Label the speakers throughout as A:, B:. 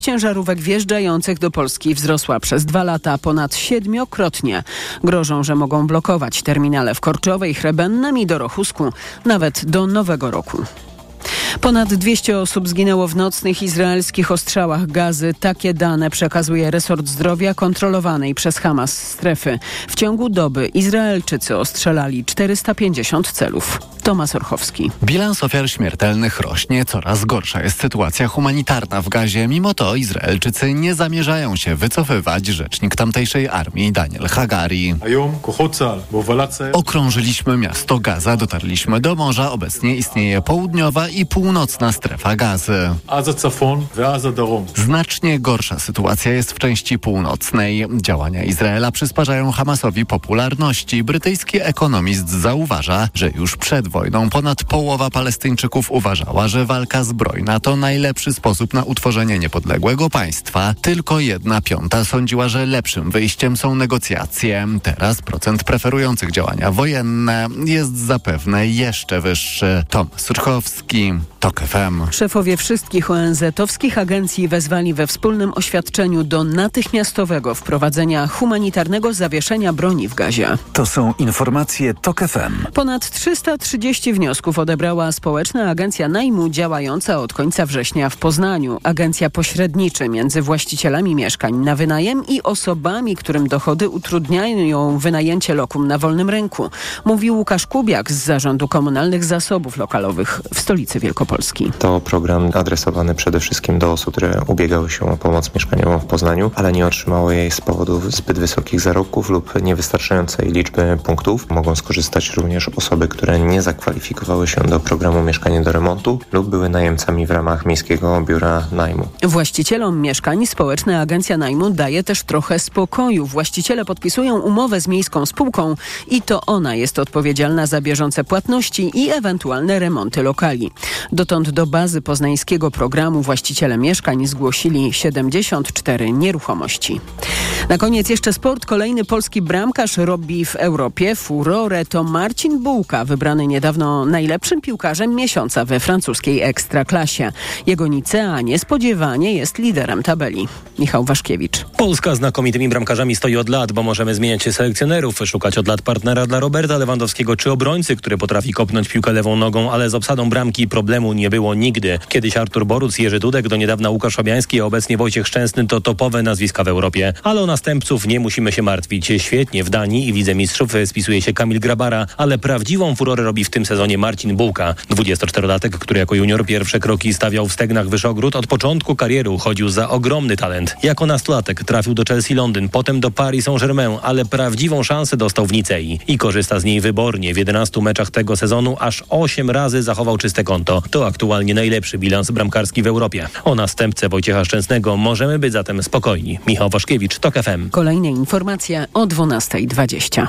A: ciężarówek wjeżdżających do Polski wzrosła przez 2 lata ponad 7-krotnie. Grożą, że mogą blokować terminale w Korczowej, Chrebennem i Dorochusku nawet do nowego roku. Ponad 200 osób zginęło w nocnych izraelskich ostrzałach Gazy. Takie dane przekazuje resort zdrowia kontrolowanej przez Hamas strefy. W ciągu doby Izraelczycy ostrzelali 450 celów. Tomasz Orchowski.
B: Bilans ofiar śmiertelnych rośnie, coraz gorsza jest sytuacja humanitarna w Gazie. Mimo to Izraelczycy nie zamierzają się wycofywać. Rzecznik tamtejszej armii Daniel Hagari. Okrążyliśmy miasto Gaza, dotarliśmy do morza. Obecnie istnieje południowa i północna strefa Gazy. Znacznie gorsza sytuacja jest w części północnej. Działania Izraela przysparzają Hamasowi popularności. Brytyjski ekonomist zauważa, że już przed wojną ponad połowa Palestyńczyków uważała, że walka zbrojna to najlepszy sposób na utworzenie niepodległego państwa. Tylko 1/5 sądziła, że lepszym wyjściem są negocjacje. Teraz procent preferujących działania wojenne jest zapewne jeszcze wyższy. Tomasz Surchowski, TOK FM.
A: Szefowie wszystkich ONZ-owskich agencji wezwali we wspólnym oświadczeniu do natychmiastowego wprowadzenia humanitarnego zawieszenia broni w Gazie.
C: To są informacje TOK FM.
A: Ponad 330 wniosków odebrała Społeczna Agencja Najmu działająca od końca września w Poznaniu. Agencja pośredniczy między właścicielami mieszkań na wynajem i osobami, którym dochody utrudniają wynajęcie lokum na wolnym rynku. Mówi Łukasz Kubiak z Zarządu Komunalnych Zasobów Lokalowych w stolicy Wielkopolski.
D: To program adresowany przede wszystkim do osób, które ubiegały się o pomoc mieszkaniową w Poznaniu, ale nie otrzymały jej z powodu zbyt wysokich zarobków lub niewystarczającej liczby punktów. Mogą skorzystać również osoby, które nie zakwalifikowały się do programu Mieszkanie do remontu lub były najemcami w ramach Miejskiego Biura Najmu.
A: Właścicielom mieszkań Społeczna Agencja Najmu daje też trochę spokoju. Właściciele podpisują umowę z miejską spółką i to ona jest odpowiedzialna za bieżące płatności i ewentualne remonty lokali. Dotąd do bazy poznańskiego programu właściciele mieszkań zgłosili 74 nieruchomości. Na koniec jeszcze sport. Kolejny polski bramkarz robi w Europie furorę. To Marcin Bułka, wybrany niedawno najlepszym piłkarzem miesiąca we francuskiej ekstraklasie. Jego Nicea niespodziewanie jest liderem tabeli. Michał Waszkiewicz.
E: Polska znakomitymi bramkarzami stoi od lat, bo możemy zmieniać selekcjonerów, szukać od lat partnera dla Roberta Lewandowskiego czy obrońcy, który potrafi kopnąć piłkę lewą nogą, ale z obsadą bramki problemu nie było nigdy. Kiedyś Artur Boruc, Jerzy Dudek, do niedawna Łukasz Fabiański, a obecnie Wojciech Szczęsny to topowe nazwiska w Europie. Ale o następców nie musimy się martwić. Świetnie w Danii i wicemistrzów spisuje się Kamil Grabara, ale prawdziwą furorę robi w tym sezonie Marcin Bułka. 24-latek, który jako junior pierwsze kroki stawiał w Stegnach Wyszogród, od początku kariery uchodził za ogromny talent. Jako nastolatek trafił do Chelsea Londyn, potem do Paris Saint-Germain, ale prawdziwą szansę dostał w Nicei i korzysta z niej wybornie. W 11 meczach tego sezonu aż 8 razy zachował czyste konto. To aktualnie najlepszy bilans bramkarski w Europie. O następcę Wojciecha Szczęsnego możemy być zatem spokojni. Michał Waszkiewicz, TOK FM.
A: Kolejne informacje o 12:20.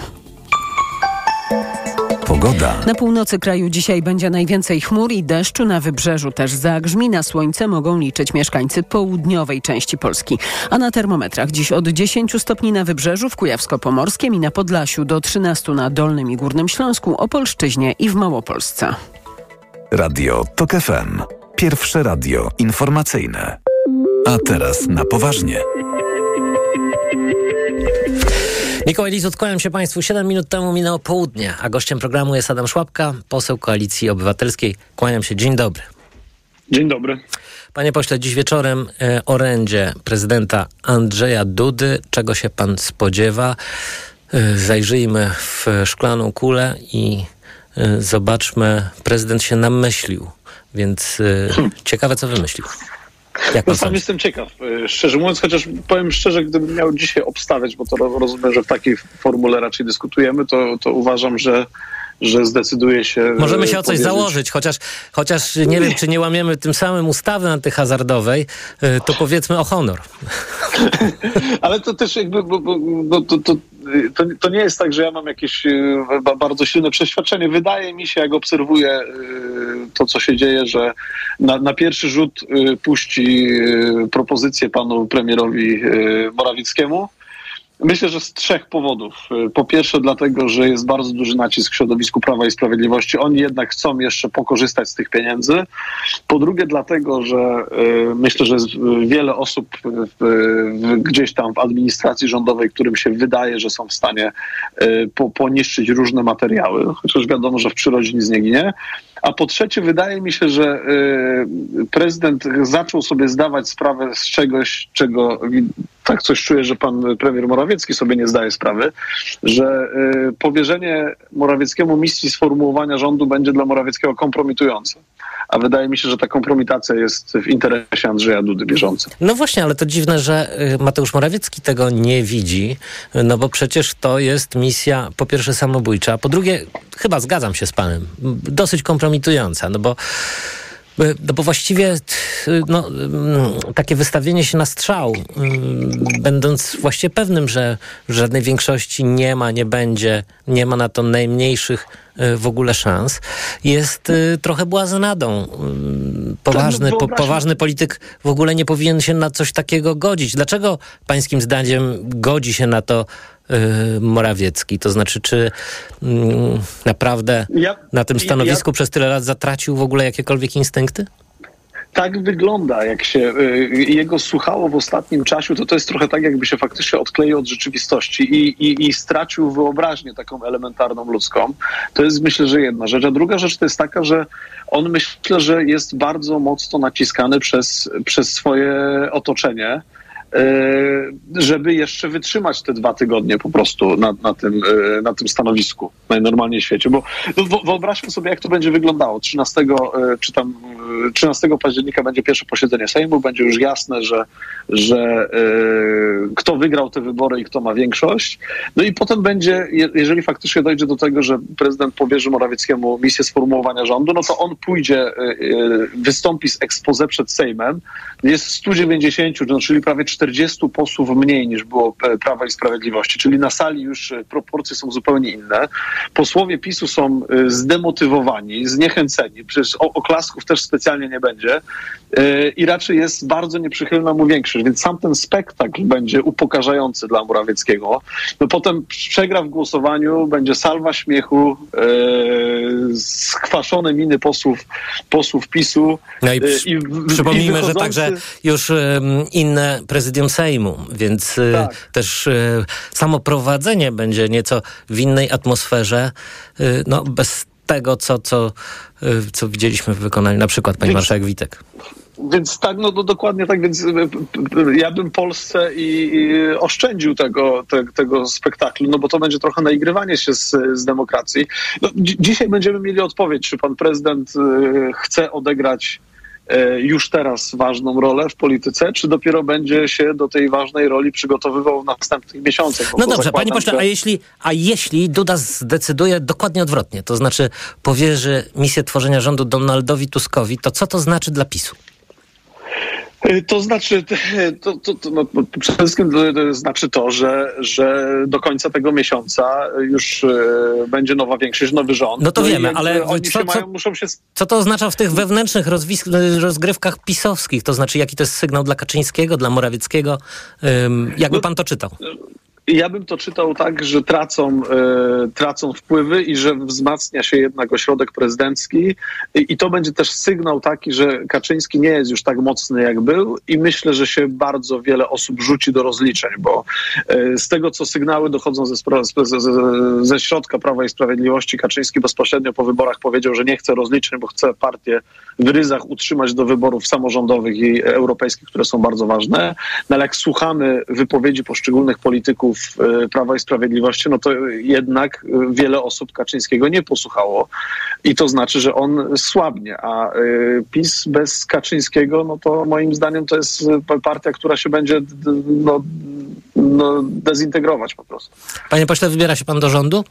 C: Pogoda.
A: Na północy kraju dzisiaj będzie najwięcej chmur i deszczu, na wybrzeżu też zagrzmi. Na słońce mogą liczyć mieszkańcy południowej części Polski. A na termometrach dziś od 10 stopni na wybrzeżu, w Kujawsko-Pomorskim i na Podlasiu, do 13 na Dolnym i Górnym Śląsku, Opolszczyźnie i w Małopolsce.
C: Radio TOK FM. Pierwsze radio informacyjne. A teraz na poważnie.
F: Mikołaj Lizut, kłaniam się Państwu. 7 minut temu minęło południe, a gościem programu jest Adam Szłapka, poseł Koalicji Obywatelskiej. Kłaniam się. Dzień dobry.
G: Dzień dobry.
F: Panie pośle, dziś wieczorem orędzie prezydenta Andrzeja Dudy. Czego się pan spodziewa? Zajrzyjmy w szklaną kulę i zobaczmy. Prezydent się namyślił, więc ciekawe, co wymyślił.
G: No sam jestem ciekaw, szczerze mówiąc, chociaż powiem szczerze, gdybym miał dzisiaj obstawiać, bo to rozumiem, że w takiej formule raczej dyskutujemy, to uważam, że zdecyduje się...
F: Możemy się o coś założyć, chociaż nie wiem, czy nie łamiemy tym samym ustawy antyhazardowej, to powiedzmy o honor.
G: Ale to też jakby... To nie jest tak, że ja mam jakieś bardzo silne przeświadczenie. Wydaje mi się, jak obserwuję to, co się dzieje, że na pierwszy rzut puści propozycję panu premierowi Morawieckiemu. Myślę, że z 3 powodów. Po pierwsze dlatego, że jest bardzo duży nacisk w środowisku Prawa i Sprawiedliwości. Oni jednak chcą jeszcze pokorzystać z tych pieniędzy. Po drugie dlatego, że myślę, że jest wiele osób gdzieś tam w administracji rządowej, którym się wydaje, że są w stanie poniszczyć różne materiały, chociaż wiadomo, że w przyrodzie nic nie ginie. A po trzecie, wydaje mi się, że prezydent zaczął sobie zdawać sprawę z czegoś, czego tak coś czuję, że pan premier Morawiecki sobie nie zdaje sprawy, że powierzenie Morawieckiemu misji sformułowania rządu będzie dla Morawieckiego kompromitujące. A wydaje mi się, że ta kompromitacja jest w interesie Andrzeja Dudy bieżąca.
F: No właśnie, ale to dziwne, że Mateusz Morawiecki tego nie widzi, no bo przecież to jest misja po pierwsze samobójcza, a po drugie, chyba zgadzam się z panem, dosyć kompromitująca, no bo właściwie takie wystawienie się na strzał, będąc właściwie pewnym, że żadnej większości nie będzie, nie ma na to najmniejszych w ogóle szans, jest trochę błazenadą. Poważny polityk w ogóle nie powinien się na coś takiego godzić. Dlaczego pańskim zdaniem godzi się na to Morawiecki? To znaczy, czy naprawdę na tym stanowisku przez tyle lat zatracił w ogóle jakiekolwiek instynkty?
G: Tak wygląda, jak się jego słuchało w ostatnim czasie, to jest trochę tak, jakby się faktycznie odkleił od rzeczywistości i stracił wyobraźnię taką elementarną ludzką. To jest, myślę, że jedna rzecz. A druga rzecz to jest taka, że on myślę, że jest bardzo mocno naciskany przez swoje otoczenie, żeby jeszcze wytrzymać te 2 tygodnie po prostu na tym stanowisku najnormalniej w świecie. Bo wyobraźmy sobie, jak to będzie wyglądało. 13 października będzie pierwsze posiedzenie Sejmu, będzie już jasne, że kto wygrał te wybory i kto ma większość. No i potem będzie, jeżeli faktycznie dojdzie do tego, że prezydent powierzy Morawieckiemu misję sformułowania rządu, no to on pójdzie, wystąpi z exposé przed Sejmem. Jest 190, no, czyli prawie 40 posłów mniej niż było Prawa i Sprawiedliwości, czyli na sali już proporcje są zupełnie inne. Posłowie PiS-u są zdemotywowani, zniechęceni, przecież oklasków też specjalnie nie będzie i raczej jest bardzo nieprzychylna mu większość, więc sam ten spektakl będzie upokarzający dla Morawieckiego. No potem przegra w głosowaniu, będzie salwa śmiechu, skwaszone miny posłów PiS-u.
F: No i przypomnijmy, że także już inne prezydium Sejmu, więc też samo prowadzenie będzie nieco w innej atmosferze, no bez tego, co widzieliśmy w wykonaniu na przykład pani marszałek Witek.
G: Więc tak, no dokładnie tak, więc ja bym Polsce i oszczędził tego spektaklu, no bo to będzie trochę naigrywanie się z demokracji. No, dzisiaj będziemy mieli odpowiedź, czy pan prezydent chce odegrać już teraz ważną rolę w polityce, czy dopiero będzie się do tej ważnej roli przygotowywał w następnych miesiącach.
F: No dobrze, panie pośle, a jeśli Duda zdecyduje dokładnie odwrotnie, to znaczy powierzy misję tworzenia rządu Donaldowi Tuskowi, to co to znaczy dla PiS-u?
G: To znaczy, przede wszystkim to znaczy to, że do końca tego miesiąca już będzie nowa większość, nowy rząd.
F: No to wiemy, ale co to oznacza w tych wewnętrznych rozgrywkach pisowskich? To znaczy, jaki to jest sygnał dla Kaczyńskiego, dla Morawieckiego? Jakby pan to czytał?
G: Ja bym to czytał tak, że tracą wpływy i że wzmacnia się jednak ośrodek prezydencki i to będzie też sygnał taki, że Kaczyński nie jest już tak mocny jak był i myślę, że się bardzo wiele osób rzuci do rozliczeń, bo z tego, co sygnały dochodzą ze środka Prawa i Sprawiedliwości, Kaczyński bezpośrednio po wyborach powiedział, że nie chce rozliczeń, bo chce partię w ryzach utrzymać do wyborów samorządowych i europejskich, które są bardzo ważne. No ale jak słuchamy wypowiedzi poszczególnych polityków Prawa i Sprawiedliwości, no to jednak wiele osób Kaczyńskiego nie posłuchało i to znaczy, że on słabnie, a PiS bez Kaczyńskiego, no to moim zdaniem to jest partia, która się będzie dezintegrować po prostu.
F: Panie pośle, wybiera się pan do rządu?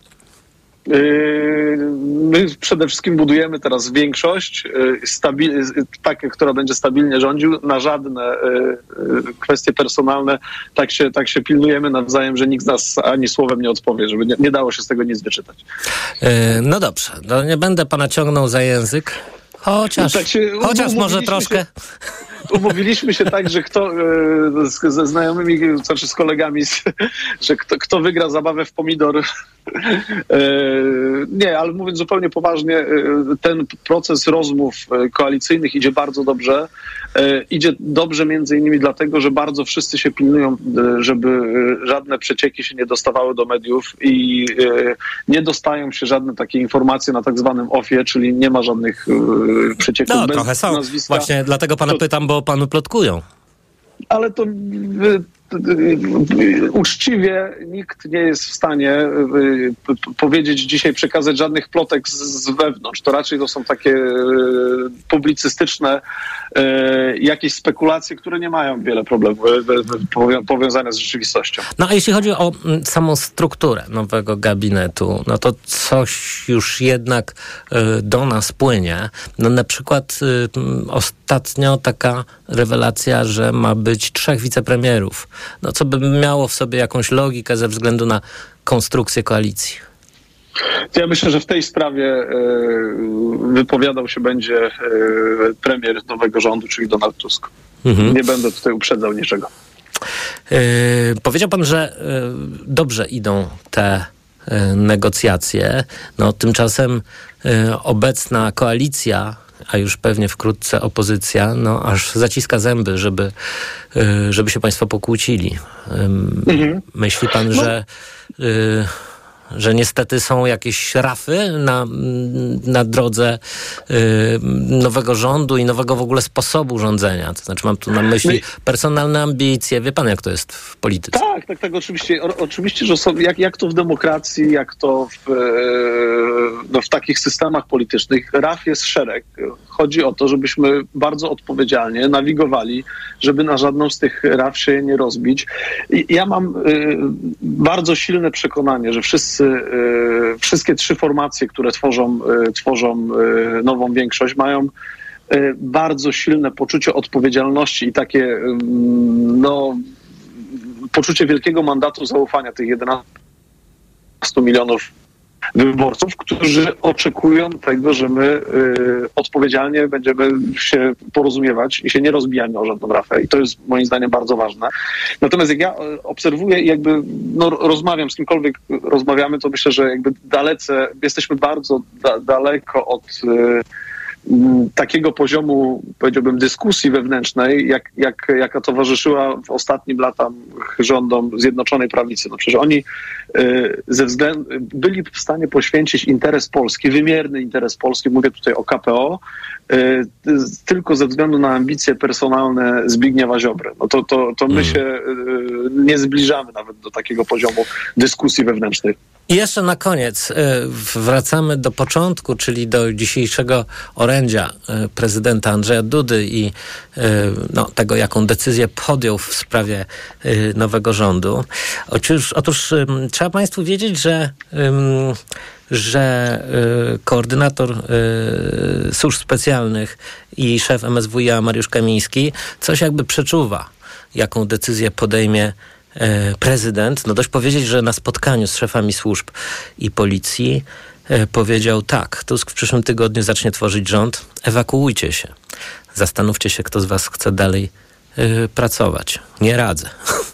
G: My przede wszystkim budujemy teraz większość, która będzie stabilnie rządził. Na żadne kwestie personalne tak się pilnujemy nawzajem, że nikt z nas ani słowem nie odpowie, żeby nie dało się z tego nic wyczytać.
F: No dobrze, no nie będę pana ciągnął za język, chociaż może troszkę.
G: umówiliśmy się tak, że ze znajomymi, znaczy z kolegami, że kto wygra zabawę w pomidor. Nie, ale mówiąc zupełnie poważnie, ten proces rozmów koalicyjnych idzie bardzo dobrze. Idzie dobrze między innymi dlatego, że bardzo wszyscy się pilnują, żeby żadne przecieki się nie dostawały do mediów i nie dostają się żadne takie informacje na tak zwanym offie, czyli nie ma żadnych przecieków bez
F: trochę są.
G: nazwiska.
F: Właśnie dlatego pana pytam, bo panu plotkują.
G: Ale to uczciwie nikt nie jest w stanie powiedzieć dzisiaj, przekazać żadnych plotek z wewnątrz. To raczej to są takie publicystyczne jakieś spekulacje, które nie mają wiele problemów powiązane z rzeczywistością.
F: No a jeśli chodzi o samą strukturę nowego gabinetu, no to coś już jednak do nas płynie. No na przykład ostatnio taka rewelacja, że ma być 3 wicepremierów. No co by miało w sobie jakąś logikę ze względu na konstrukcję koalicji.
G: Ja myślę, że w tej sprawie wypowiadał się będzie premier nowego rządu, czyli Donald Tusk. Nie będę tutaj uprzedzał niczego.
F: Powiedział pan, że dobrze idą te negocjacje. No tymczasem obecna koalicja, a już pewnie wkrótce opozycja, no aż zaciska zęby, żeby się państwo pokłócili. Myśli pan, że niestety są jakieś rafy na drodze nowego rządu i nowego w ogóle sposobu rządzenia? To znaczy mam tu na myśli personalne ambicje. Wie pan, jak to jest w polityce?
G: Tak, oczywiście, że są, jak to w demokracji, jak to w takich systemach politycznych, raf jest szereg. Chodzi o to, żebyśmy bardzo odpowiedzialnie nawigowali, żeby na żadną z tych raf się nie rozbić. I ja mam bardzo silne przekonanie, że wszystkie 3 formacje, które tworzą nową większość, mają bardzo silne poczucie odpowiedzialności i takie poczucie wielkiego mandatu zaufania tych 11 milionów wyborców, którzy oczekują tego, że my odpowiedzialnie będziemy się porozumiewać i się nie rozbijamy o żadną rafę. I to jest moim zdaniem bardzo ważne. Natomiast jak ja obserwuję i jakby rozmawiam z kimkolwiek rozmawiamy, to myślę, że jakby jesteśmy bardzo daleko od takiego poziomu, powiedziałbym, dyskusji wewnętrznej, jaka towarzyszyła w ostatnim latach rządom Zjednoczonej Prawicy. No przecież oni byli w stanie poświęcić interes Polski, wymierny interes Polski, mówię tutaj o KPO, tylko ze względu na ambicje personalne Zbigniewa Ziobry. No to my się nie zbliżamy nawet do takiego poziomu dyskusji wewnętrznej.
F: I jeszcze na koniec wracamy do początku, czyli do dzisiejszego orędzia prezydenta Andrzeja Dudy i tego, jaką decyzję podjął w sprawie nowego rządu. Otóż trzeba państwu wiedzieć, że koordynator służb specjalnych i szef MSWiA Mariusz Kamiński coś jakby przeczuwa, jaką decyzję podejmie prezydent. No dość powiedzieć, że na spotkaniu z szefami służb i policji powiedział tak: Tusk w przyszłym tygodniu zacznie tworzyć rząd, ewakuujcie się. Zastanówcie się, kto z was chce dalej pracować. Nie radzę.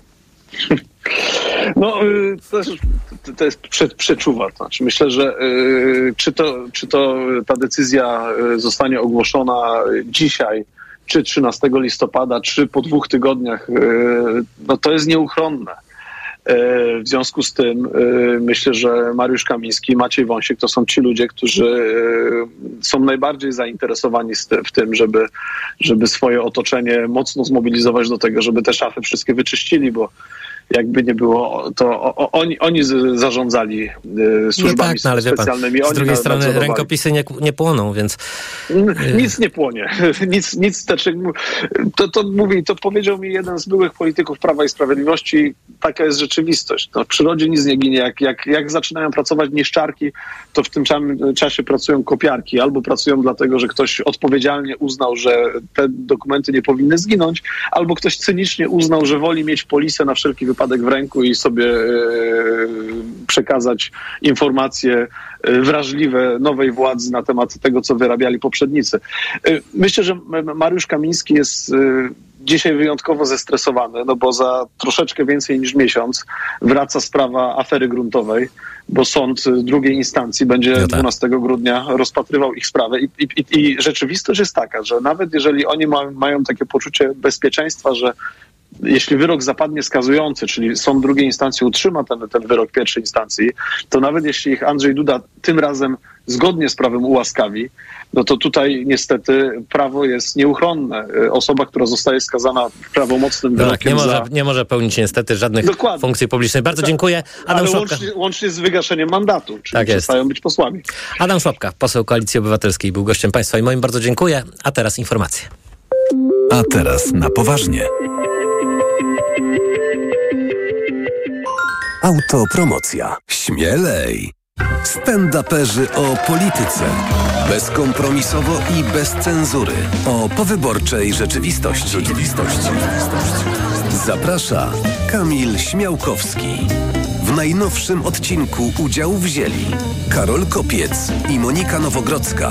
G: No, to jest przeczuwa. Znaczy, myślę, że czy to ta decyzja zostanie ogłoszona dzisiaj, czy 13 listopada, czy po 2 tygodniach, no to jest nieuchronne. W związku z tym myślę, że Mariusz Kamiński i Maciej Wąsik to są ci ludzie, którzy są najbardziej zainteresowani w tym, żeby swoje otoczenie mocno zmobilizować do tego, żeby te szafy wszystkie wyczyścili, bo jakby nie było, to oni zarządzali służbami specjalnymi.
F: Z drugiej strony rękopisy nie płoną, więc...
G: Nic nie płonie. Nic to powiedział mi jeden z byłych polityków Prawa i Sprawiedliwości. Taka jest rzeczywistość. No, w przyrodzie nic nie ginie. Jak zaczynają pracować niszczarki, to w tym czasie pracują kopiarki. Albo pracują dlatego, że ktoś odpowiedzialnie uznał, że te dokumenty nie powinny zginąć, albo ktoś cynicznie uznał, że woli mieć polisę na wszelki wypadek wypadek w ręku i sobie przekazać informacje wrażliwe nowej władzy na temat tego, co wyrabiali poprzednicy. Myślę, że Mariusz Kamiński jest dzisiaj wyjątkowo zestresowany, no bo za troszeczkę więcej niż miesiąc wraca sprawa afery gruntowej, bo sąd drugiej instancji będzie 12 grudnia rozpatrywał ich sprawę i rzeczywistość jest taka, że nawet jeżeli oni mają takie poczucie bezpieczeństwa, że jeśli wyrok zapadnie skazujący, czyli sąd drugiej instancji utrzyma ten wyrok pierwszej instancji, to nawet jeśli ich Andrzej Duda tym razem zgodnie z prawem ułaskawi, no to tutaj niestety prawo jest nieuchronne. Osoba, która zostaje skazana prawomocnym wyrokiem
F: nie może pełnić niestety żadnych funkcji publicznych. Bardzo dziękuję. Adam Szłapka.
G: Łącznie z wygaszeniem mandatu, czyli przestają być posłami.
F: Adam Szłapka, poseł Koalicji Obywatelskiej, był gościem państwa i moim. Bardzo dziękuję. A teraz informacje.
C: A teraz na poważnie. Autopromocja. Śmielej. Stand-uperzy o polityce. Bezkompromisowo i bez cenzury. O powyborczej rzeczywistości. Zaprasza Kamil Śmiałkowski. W najnowszym odcinku udział wzięli Karol Kopiec i Monika Nowogrodzka.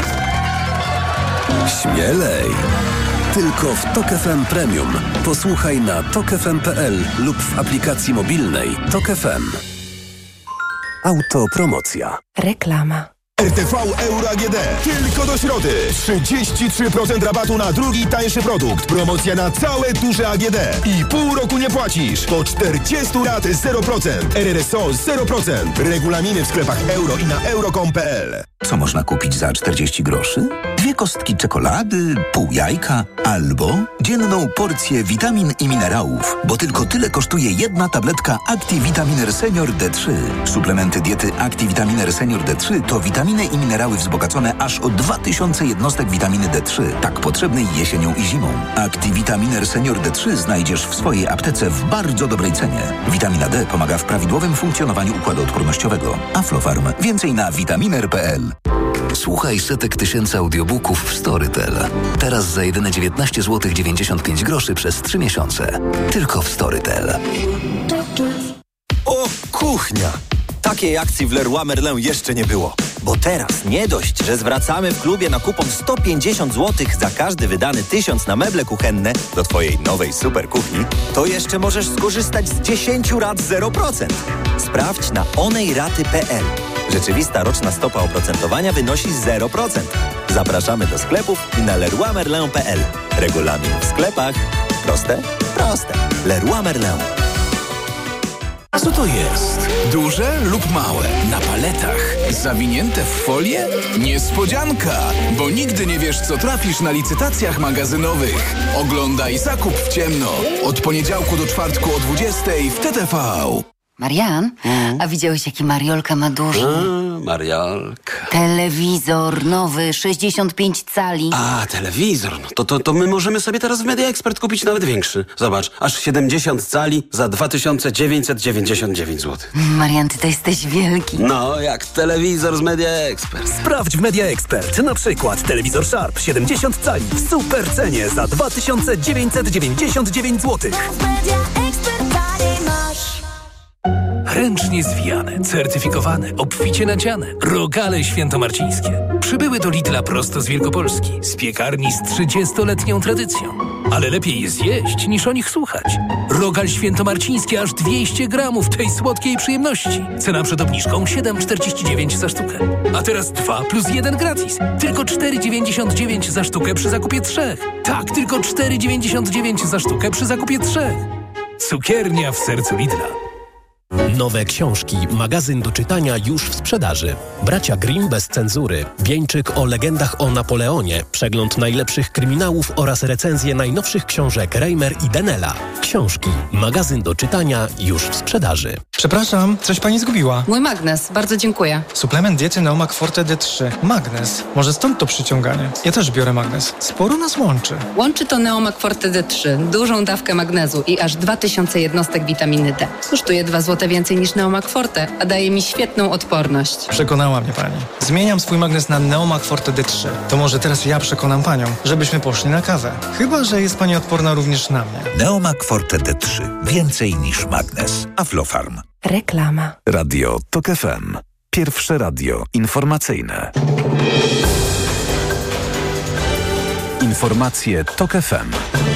C: Śmielej. Tylko w TOK FM Premium. Posłuchaj na tokfm.pl lub w aplikacji mobilnej TOK FM. Autopromocja.
H: Reklama.
I: RTV Euro AGD. Tylko do środy. 33% rabatu na drugi tańszy produkt. Promocja na całe duże AGD. I pół roku nie płacisz. Po 40 lat 0%. RRSO 0%. Regulaminy w sklepach euro i na euro.com.pl.
J: Co można kupić za 40 groszy? 2 kostki czekolady, pół jajka albo dzienną porcję witamin i minerałów, bo tylko tyle kosztuje jedna tabletka ActiVitaminer Senior D3. Suplementy diety ActiVitaminer Senior D3 to witaminy i minerały wzbogacone aż o 2000 jednostek witaminy D3, tak potrzebnej jesienią i zimą. ActiVitaminer Senior D3 znajdziesz w swojej aptece w bardzo dobrej cenie. Witamina D pomaga w prawidłowym funkcjonowaniu układu odpornościowego. Aflofarm. Więcej na vitaminer.pl.
K: Słuchaj setek tysięcy audiobooków w Storytel. Teraz za jedyne 19 zł 95 groszy przez 3 miesiące. Tylko w Storytel.
L: O, kuchnia! Takiej akcji w Leroy Merlin jeszcze nie było. Bo teraz nie dość, że zwracamy w klubie na kupon 150 zł za każdy wydany 1000 na meble kuchenne do Twojej nowej super kuchni, to jeszcze możesz skorzystać z 10 rat 0%. Sprawdź na onejraty.pl. Rzeczywista roczna stopa oprocentowania wynosi 0%. Zapraszamy do sklepów i na leroymerlin.pl. Regulamin w sklepach. Proste? Proste. Leroy Merlin.
M: Co to jest? Duże lub małe? Na paletach? Zawinięte w folię? Niespodzianka! Bo nigdy nie wiesz, co trafisz na licytacjach magazynowych. Oglądaj Zakup w ciemno. Od poniedziałku do czwartku o 20:00 w TTV.
N: Marian, a widziałeś, jaki Mariolka ma duży?
O: Mariolka.
N: Telewizor nowy, 65 cali.
O: A, telewizor. To my możemy sobie teraz w Media Expert kupić nawet większy. Zobacz, aż 70 cali za 2999 zł.
N: Marian, ty to jesteś wielki.
O: No, jak telewizor z Media Expert.
P: Sprawdź w Media Expert. Na przykład telewizor Sharp 70 cali w super cenie za 2999 zł.
Q: Ręcznie zwijane, certyfikowane, obficie nadziane. Rogale świętomarcińskie. Przybyły do Lidla prosto z Wielkopolski, z piekarni z 30-letnią tradycją. Ale lepiej je zjeść, niż o nich słuchać. Rogal świętomarciński aż 200 gramów tej słodkiej przyjemności. Cena przed obniżką 7,49 za sztukę. A teraz 2 + 1 gratis. Tylko 4,99 za sztukę przy zakupie 3. Tak, tylko 4,99 za sztukę przy zakupie 3. Cukiernia w sercu Lidla.
R: Nowe książki, magazyn do czytania już w sprzedaży. Bracia Grimm bez cenzury, wieńczyk o legendach o Napoleonie, przegląd najlepszych kryminałów oraz recenzje najnowszych książek Reimer i Denela. Książki, magazyn do czytania już w sprzedaży.
H: Przepraszam, coś pani zgubiła.
N: Mój magnes, bardzo dziękuję.
H: Suplement diety Neomak Forte D3. Magnes. Może stąd to przyciąganie. Ja też biorę magnes. Sporo nas łączy.
N: Łączy to Neomak Forte D3. Dużą dawkę magnezu i aż 2000 jednostek witaminy D. Kosztuje 2 zł więcej niż Neomak Forte, a daje mi świetną odporność.
H: Przekonała mnie pani. Zmieniam swój magnes na Neomak Forte D3. To może teraz ja przekonam panią, żebyśmy poszli na kawę. Chyba że jest pani odporna również na mnie.
S: Neomak Forte D3. Więcej niż magnes. Aflofarm.
T: Reklama.
S: Radio TOK FM. Pierwsze radio informacyjne. Informacje TOK FM.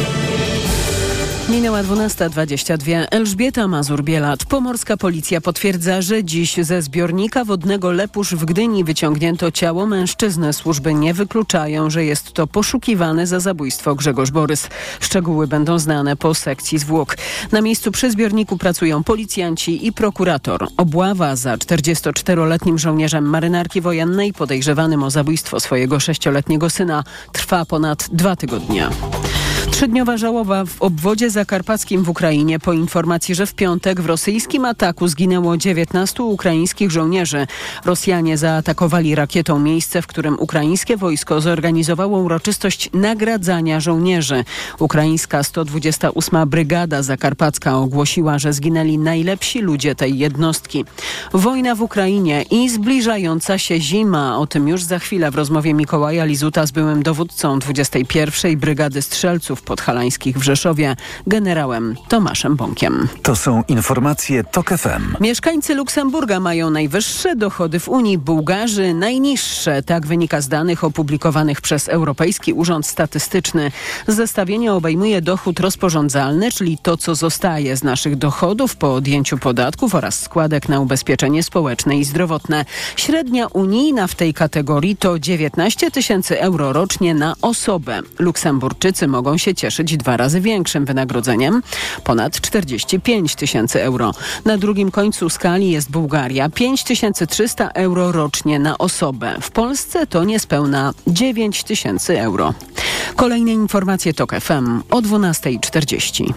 A: Minęła 12:22. Elżbieta Mazur-Bielat. Pomorska policja potwierdza, że dziś ze zbiornika wodnego Lepusz w Gdyni wyciągnięto ciało mężczyzny. Służby nie wykluczają, że jest to poszukiwany za zabójstwo Grzegorz Borys. Szczegóły będą znane po sekcji zwłok. Na miejscu przy zbiorniku pracują policjanci i prokurator. Obława za 44-letnim żołnierzem marynarki wojennej podejrzewanym o zabójstwo swojego 6-letniego syna trwa ponad 2 tygodnie. 3-dniowa żałoba w obwodzie zakarpackim w Ukrainie po informacji, że w piątek w rosyjskim ataku zginęło 19 ukraińskich żołnierzy. Rosjanie zaatakowali rakietą miejsce, w którym ukraińskie wojsko zorganizowało uroczystość nagradzania żołnierzy. Ukraińska 128 Brygada Zakarpacka ogłosiła, że zginęli najlepsi ludzie tej jednostki. Wojna w Ukrainie i zbliżająca się zima. O tym już za chwilę w rozmowie Mikołaja Lizuta z byłym dowódcą 21 Brygady Strzelców Podhalańskich w Rzeszowie, generałem Tomaszem Bąkiem.
S: To są informacje TOK FM.
A: Mieszkańcy Luksemburga mają najwyższe dochody w Unii, Bułgarzy najniższe. Tak wynika z danych opublikowanych przez Europejski Urząd Statystyczny. Zestawienie obejmuje dochód rozporządzalny, czyli to, co zostaje z naszych dochodów po odjęciu podatków oraz składek na ubezpieczenie społeczne i zdrowotne. Średnia unijna w tej kategorii to 19 000 euro rocznie na osobę. Luksemburczycy mogą się cieszyć 2 razy większym wynagrodzeniem, ponad 45 000 euro. Na drugim końcu skali jest Bułgaria, 5300 euro rocznie na osobę. W Polsce to niespełna 9 000 euro. Kolejne informacje TOK FM o 12:40.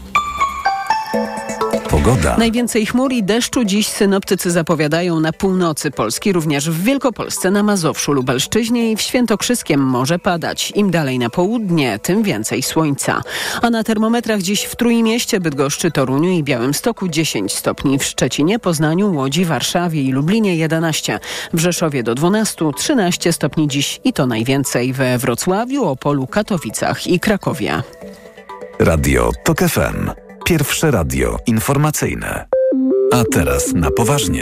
S: Pogoda.
A: Najwięcej chmur i deszczu dziś synoptycy zapowiadają na północy Polski, również w Wielkopolsce, na Mazowszu, Lubelszczyźnie i w Świętokrzyskiem może padać. Im dalej na południe, tym więcej słońca. A na termometrach dziś w Trójmieście, Bydgoszczy, Toruniu i Białymstoku 10 stopni, w Szczecinie, Poznaniu, Łodzi, Warszawie i Lublinie 11, w Rzeszowie do 12, 13 stopni dziś i to najwięcej we Wrocławiu, Opolu, Katowicach i Krakowie.
S: Radio TOK FM. Pierwsze radio informacyjne. A teraz na poważnie.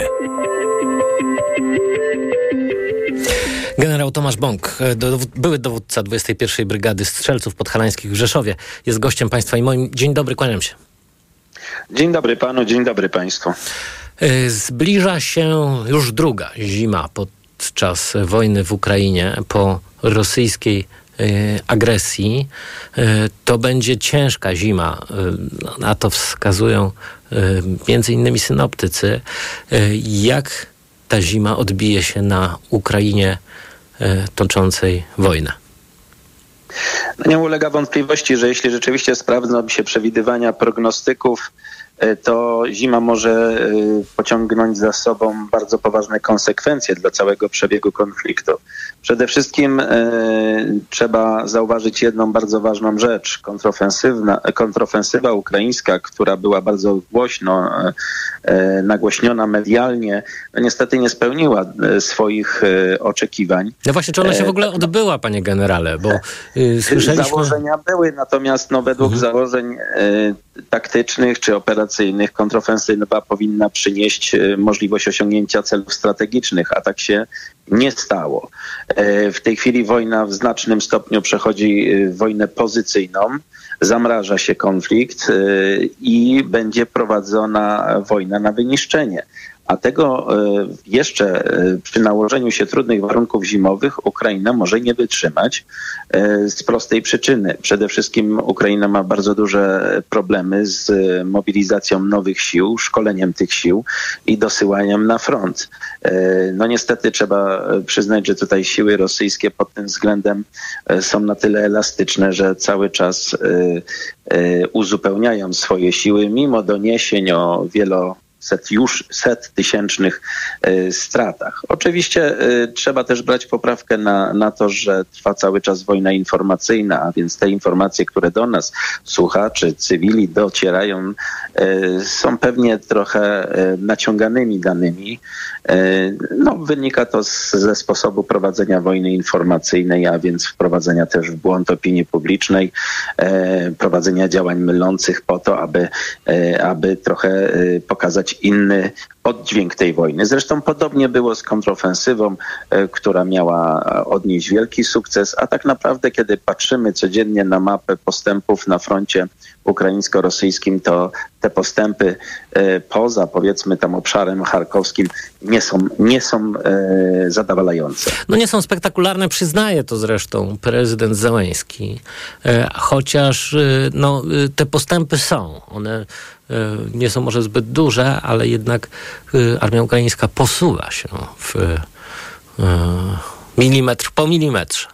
F: Generał Tomasz Bąk, były dowódca 21 Brygady Strzelców Podhalańskich w Rzeszowie, jest gościem państwa i moim. Dzień dobry, kłaniam się.
U: Dzień dobry panu, dzień dobry państwu.
F: Zbliża się już druga zima podczas wojny w Ukrainie po rosyjskiej agresji. To będzie ciężka zima. Na to wskazują między innymi synoptycy. Jak ta zima odbije się na Ukrainie toczącej wojnę?
U: No nie ulega wątpliwości, że jeśli rzeczywiście sprawdzą się przewidywania prognostyków, to zima może pociągnąć za sobą bardzo poważne konsekwencje dla całego przebiegu konfliktu. Przede wszystkim trzeba zauważyć jedną bardzo ważną rzecz. Kontrofensywa ukraińska, która była bardzo głośno nagłośniona medialnie, no niestety nie spełniła swoich oczekiwań.
F: No właśnie, czy ona się w ogóle odbyła, panie generale? Bo słyszeliśmy...
U: Założenia były, natomiast według założeń taktycznych czy operacyjnych kontrofensywa powinna przynieść możliwość osiągnięcia celów strategicznych, a tak się nie stało. W tej chwili wojna w znacznym stopniu przechodzi w wojnę pozycyjną, zamraża się konflikt i będzie prowadzona wojna na wyniszczenie. A tego jeszcze przy nałożeniu się trudnych warunków zimowych Ukraina może nie wytrzymać z prostej przyczyny. Przede wszystkim Ukraina ma bardzo duże problemy z mobilizacją nowych sił, szkoleniem tych sił i dosyłaniem na front. No niestety trzeba przyznać, że tutaj siły rosyjskie pod tym względem są na tyle elastyczne, że cały czas uzupełniają swoje siły mimo doniesień o settysięcznych stratach. Oczywiście trzeba też brać poprawkę na to, że trwa cały czas wojna informacyjna, a więc te informacje, które do nas, słuchaczy, cywili docierają, są pewnie trochę naciąganymi danymi. Wynika to ze sposobu prowadzenia wojny informacyjnej, a więc wprowadzenia też w błąd opinii publicznej, prowadzenia działań mylących po to, aby trochę pokazać inny oddźwięk tej wojny. Zresztą podobnie było z kontrofensywą, która miała odnieść wielki sukces, a tak naprawdę, kiedy patrzymy codziennie na mapę postępów na froncie ukraińsko-rosyjskim, to te postępy poza, powiedzmy, tam obszarem charkowskim nie są zadowalające.
F: Nie są spektakularne, przyznaje to zresztą prezydent Zełenski, chociaż te postępy są. One nie są może zbyt duże, ale jednak armia ukraińska posuwa się w milimetr po milimetrze.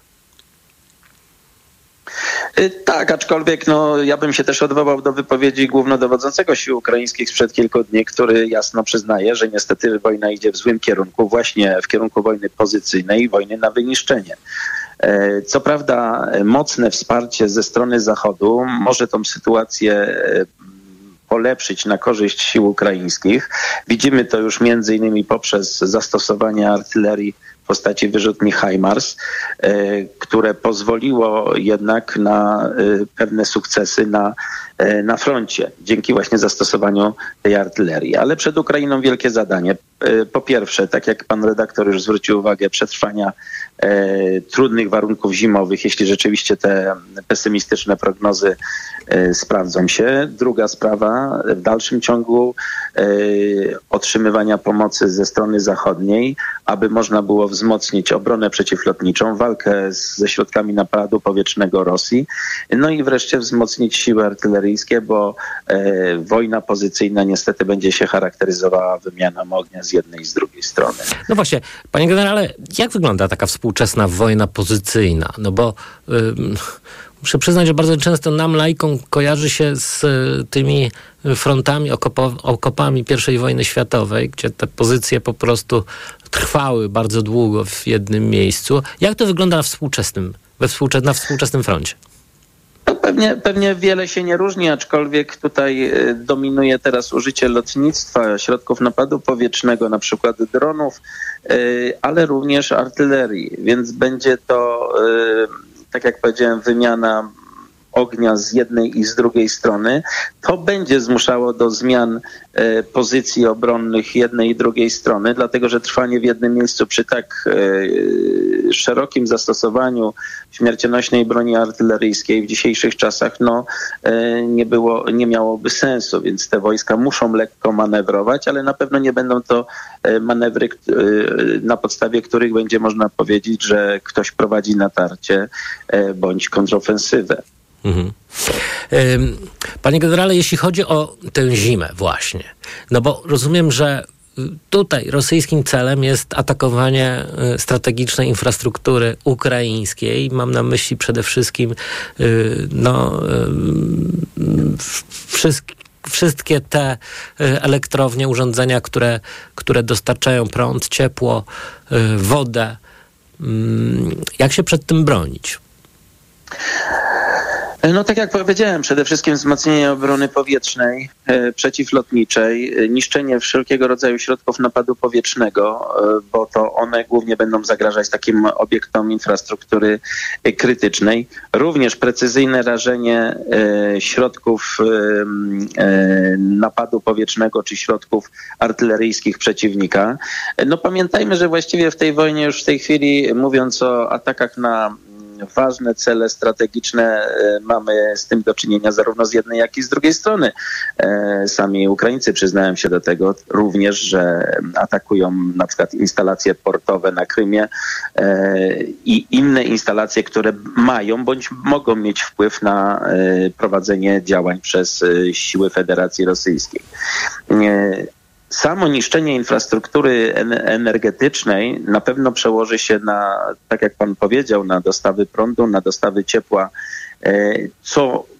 U: Tak, aczkolwiek ja bym się też odwołał do wypowiedzi głównodowodzącego sił ukraińskich sprzed kilku dni, który jasno przyznaje, że niestety wojna idzie w złym kierunku, właśnie w kierunku wojny pozycyjnej, wojny na wyniszczenie. Co prawda mocne wsparcie ze strony Zachodu może tą sytuację polepszyć na korzyść sił ukraińskich. Widzimy to już między innymi poprzez zastosowanie artylerii w postaci wyrzutni HIMARS, które pozwoliło jednak na pewne sukcesy na froncie, dzięki właśnie zastosowaniu tej artylerii. Ale przed Ukrainą wielkie zadanie. Po pierwsze, tak jak pan redaktor już zwrócił uwagę, przetrwania trudnych warunków zimowych, jeśli rzeczywiście te pesymistyczne prognozy sprawdzą się. Druga sprawa, w dalszym ciągu otrzymywania pomocy ze strony zachodniej, aby można było wzmocnić obronę przeciwlotniczą, walkę ze środkami napadu powietrznego Rosji, i wreszcie wzmocnić siły artyleryjskie, bo wojna pozycyjna niestety będzie się charakteryzowała wymianą ognia z jednej i z drugiej strony.
F: No właśnie, panie generale, jak wygląda taka współczesna wojna pozycyjna? Bo muszę przyznać, że bardzo często nam, laikom, kojarzy się z tymi frontami, okopami I wojny światowej, gdzie te pozycje po prostu trwały bardzo długo w jednym miejscu. Jak to wygląda na współczesnym froncie?
U: Pewnie wiele się nie różni, aczkolwiek tutaj dominuje teraz użycie lotnictwa, środków napadu powietrznego, na przykład dronów, ale również artylerii, więc będzie to, tak jak powiedziałem, wymiana ognia z jednej i z drugiej strony. To będzie zmuszało do zmian pozycji obronnych jednej i drugiej strony, dlatego że trwanie w jednym miejscu przy tak szerokim zastosowaniu śmiercionośnej broni artyleryjskiej w dzisiejszych czasach nie miałoby sensu, więc te wojska muszą lekko manewrować, ale na pewno nie będą to manewry, na podstawie których będzie można powiedzieć, że ktoś prowadzi natarcie bądź kontrofensywę.
F: Mhm. Panie generale, jeśli chodzi o tę zimę właśnie, bo rozumiem, że tutaj rosyjskim celem jest atakowanie strategicznej infrastruktury ukraińskiej. Mam na myśli przede wszystkim wszystkie te elektrownie, urządzenia, które dostarczają prąd, ciepło, wodę. Jak się przed tym bronić?
U: Tak jak powiedziałem, przede wszystkim wzmocnienie obrony powietrznej, przeciwlotniczej, niszczenie wszelkiego rodzaju środków napadu powietrznego, bo to one głównie będą zagrażać takim obiektom infrastruktury krytycznej. Również precyzyjne rażenie środków napadu powietrznego czy środków artyleryjskich przeciwnika. Pamiętajmy, że właściwie w tej wojnie już w tej chwili, mówiąc o atakach na ważne cele strategiczne, mamy z tym do czynienia zarówno z jednej, jak i z drugiej strony. Sami Ukraińcy przyznają się do tego również, że atakują na przykład instalacje portowe na Krymie i inne instalacje, które mają bądź mogą mieć wpływ na prowadzenie działań przez siły Federacji Rosyjskiej. Samo niszczenie infrastruktury energetycznej na pewno przełoży się na, tak jak pan powiedział, na dostawy prądu, na dostawy ciepła, co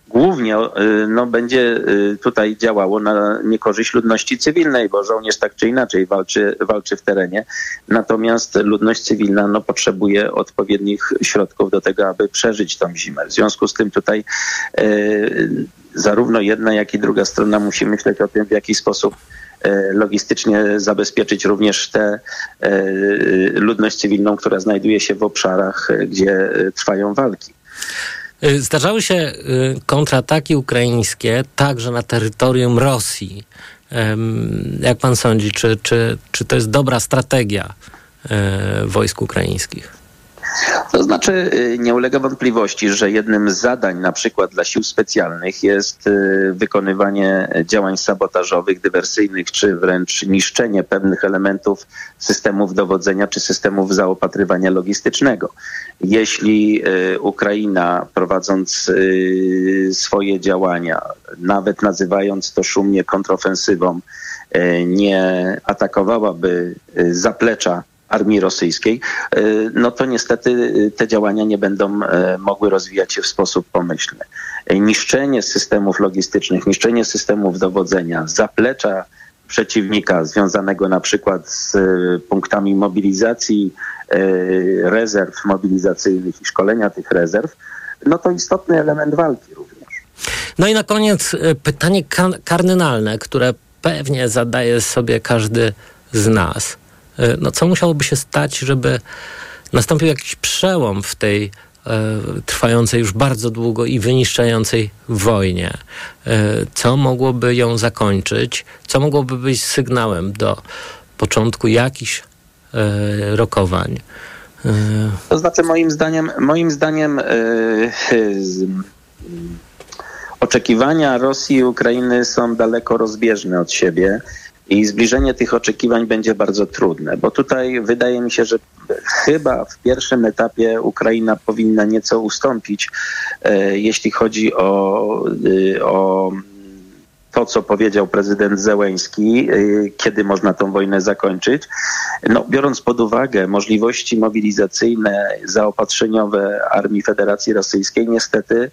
U: głównie będzie tutaj działało na niekorzyść ludności cywilnej, bo żołnierz tak czy inaczej walczy w terenie. Natomiast ludność cywilna potrzebuje odpowiednich środków do tego, aby przeżyć tą zimę. W związku z tym tutaj zarówno jedna, jak i druga strona musi myśleć o tym, w jaki sposób logistycznie zabezpieczyć również tę ludność cywilną, która znajduje się w obszarach, gdzie trwają walki.
F: Zdarzały się kontrataki ukraińskie także na terytorium Rosji. Jak pan sądzi, czy to jest dobra strategia wojsk ukraińskich?
U: To znaczy nie ulega wątpliwości, że jednym z zadań na przykład dla sił specjalnych jest wykonywanie działań sabotażowych, dywersyjnych, czy wręcz niszczenie pewnych elementów systemów dowodzenia czy systemów zaopatrywania logistycznego. Jeśli Ukraina, prowadząc swoje działania, nawet nazywając to szumnie kontrofensywą, nie atakowałaby zaplecza armii rosyjskiej, to niestety te działania nie będą mogły rozwijać się w sposób pomyślny. Niszczenie systemów logistycznych, niszczenie systemów dowodzenia, zaplecza przeciwnika związanego na przykład z punktami mobilizacji rezerw mobilizacyjnych i szkolenia tych rezerw, to istotny element walki również.
F: No i na koniec pytanie kardynalne, które pewnie zadaje sobie każdy z nas. Co musiałoby się stać, żeby nastąpił jakiś przełom w tej trwającej już bardzo długo i wyniszczającej wojnie? Co mogłoby ją zakończyć? Co mogłoby być sygnałem do początku jakichś rokowań?
U: To znaczy moim zdaniem oczekiwania Rosji i Ukrainy są daleko rozbieżne od siebie. I zbliżenie tych oczekiwań będzie bardzo trudne, bo tutaj wydaje mi się, że chyba w pierwszym etapie Ukraina powinna nieco ustąpić, jeśli chodzi o to, co powiedział prezydent Zełenski, kiedy można tą wojnę zakończyć. Biorąc pod uwagę możliwości mobilizacyjne, zaopatrzeniowe armii Federacji Rosyjskiej, niestety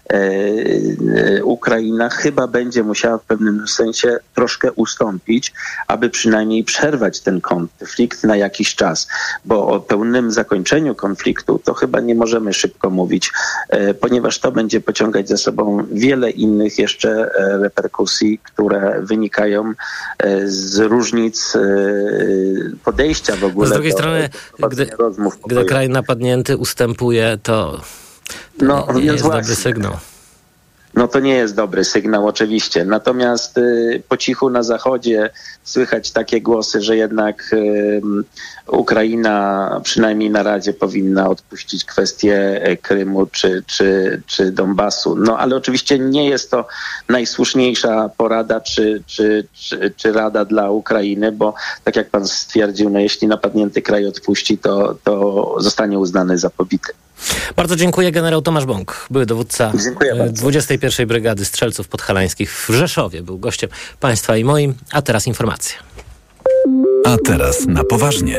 U: Ukraina chyba będzie musiała w pewnym sensie troszkę ustąpić, aby przynajmniej przerwać ten konflikt na jakiś czas, bo o pełnym zakończeniu konfliktu to chyba nie możemy szybko mówić, ponieważ to będzie pociągać za sobą wiele innych jeszcze reperkusji, które wynikają z różnic podejścia w ogóle.
F: Z drugiej strony, gdy kraj napadnięty ustępuje, to nie jest dobry sygnał.
U: To nie jest dobry sygnał oczywiście. Natomiast po cichu na Zachodzie słychać takie głosy, że jednak Ukraina przynajmniej na razie powinna odpuścić kwestię Krymu czy Donbasu. Ale oczywiście nie jest to najsłuszniejsza porada czy rada dla Ukrainy, bo tak jak pan stwierdził, jeśli napadnięty kraj odpuści, to zostanie uznany za pobity.
F: Bardzo dziękuję. Generał Tomasz Bąk, były dowódca 21. Brygady Strzelców Podhalańskich w Rzeszowie. Był gościem państwa i moim. A teraz informacje.
S: A teraz na poważnie.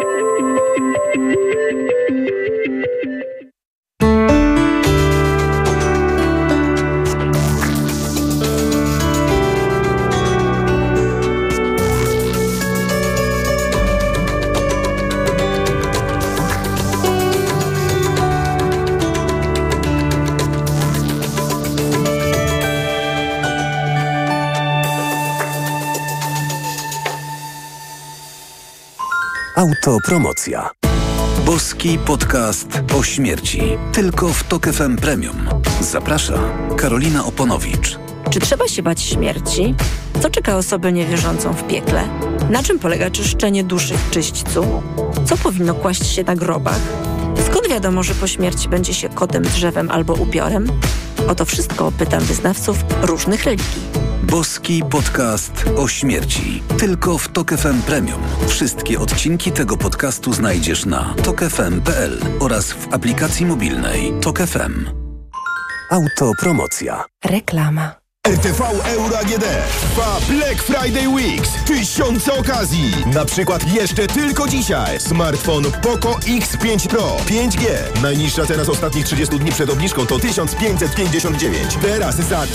S: Autopromocja. Boski podcast o śmierci. Tylko w TOK FM Premium. Zaprasza Karolina Oponowicz.
T: Czy trzeba się bać śmierci? Co czeka osobę niewierzącą w piekle? Na czym polega czyszczenie duszy w czyśćcu? Co powinno kłaść się na grobach? Skąd wiadomo, że po śmierci będzie się kotem, drzewem albo upiorem? O to wszystko pytam wyznawców różnych religii.
S: Boski podcast o śmierci. Tylko w TOK FM Premium. Wszystkie odcinki tego podcastu znajdziesz na tokfm.pl oraz w aplikacji mobilnej TOK FM. Autopromocja.
T: Reklama.
I: RTV Euro AGD trwa Black Friday Weeks. Tysiące okazji. Na przykład jeszcze tylko dzisiaj smartfon Poco X5 Pro 5G. Najniższa cena z ostatnich 30 dni przed obniżką to 1559. Teraz za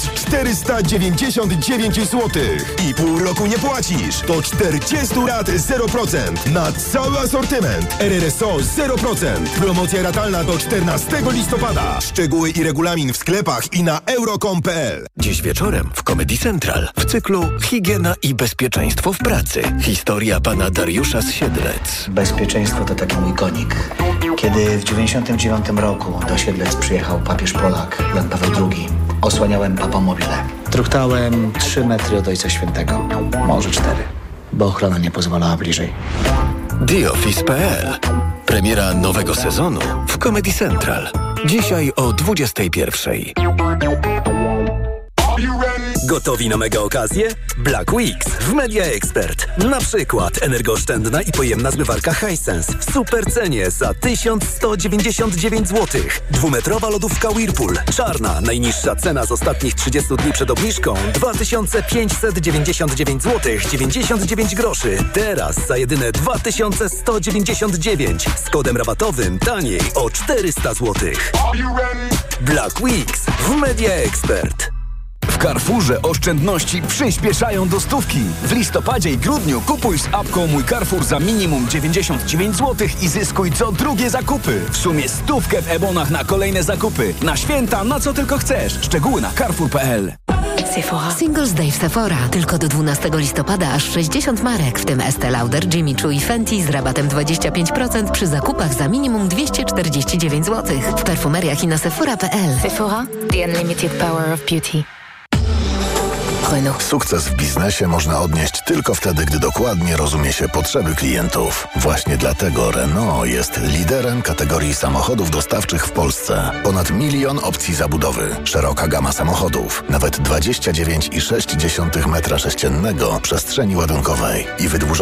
I: 1499 zł. I pół roku nie płacisz. To 40 rat 0%. Na cały asortyment. RRSO 0%. Promocja ratalna do 14 listopada. Szczegóły i regulamin w sklepach i na euro.com.pl.
B: Dziś wieczorem w Comedy Central w cyklu Higiena i bezpieczeństwo w pracy. Historia pana Dariusza z Siedlec.
V: Bezpieczeństwo to taki mój konik. Kiedy w 99 roku do Siedlec przyjechał papież Polak Jan Paweł II, osłaniałem papamobile. Truchtałem 3 metry od Ojca Świętego. Może 4, bo ochrona nie pozwalała bliżej.
B: TheOffice.pl. Premiera nowego sezonu w Comedy Central. Dzisiaj o 21:00.
P: Gotowi na mega okazję? Black Weeks w Media Expert. Na przykład energooszczędna i pojemna zmywarka Hisense w super cenie za 1199 zł. 2-metrowa lodówka Whirlpool. Czarna, najniższa cena z ostatnich 30 dni przed obniżką 2599 zł 99 groszy. Teraz za jedyne 2199 z kodem rabatowym taniej o 400 zł. Black Weeks w Media Expert.
M: W Carrefourze oszczędności przyspieszają do stówki. W listopadzie i grudniu kupuj z apką Mój Carrefour za minimum 99 zł i zyskuj co drugie zakupy. W sumie 100 w e-bonach na kolejne zakupy. Na święta, na co tylko chcesz. Szczegóły na carrefour.pl.
W: Sephora. Singles Day w Sephora. Tylko do 12 listopada aż 60 marek, w tym Estée Lauder, Jimmy Choo i Fenty z rabatem 25% przy zakupach za minimum 249 zł. W perfumeriach i na sephora.pl.
X: Sephora. The unlimited power of beauty.
Y: Sukces w biznesie można odnieść tylko wtedy, gdy dokładnie rozumie się potrzeby klientów. Właśnie dlatego Renault jest liderem kategorii samochodów dostawczych w Polsce. Ponad 1 milion opcji zabudowy, szeroka gama samochodów, nawet 29,6 m2 przestrzeni ładunkowej i wydłużone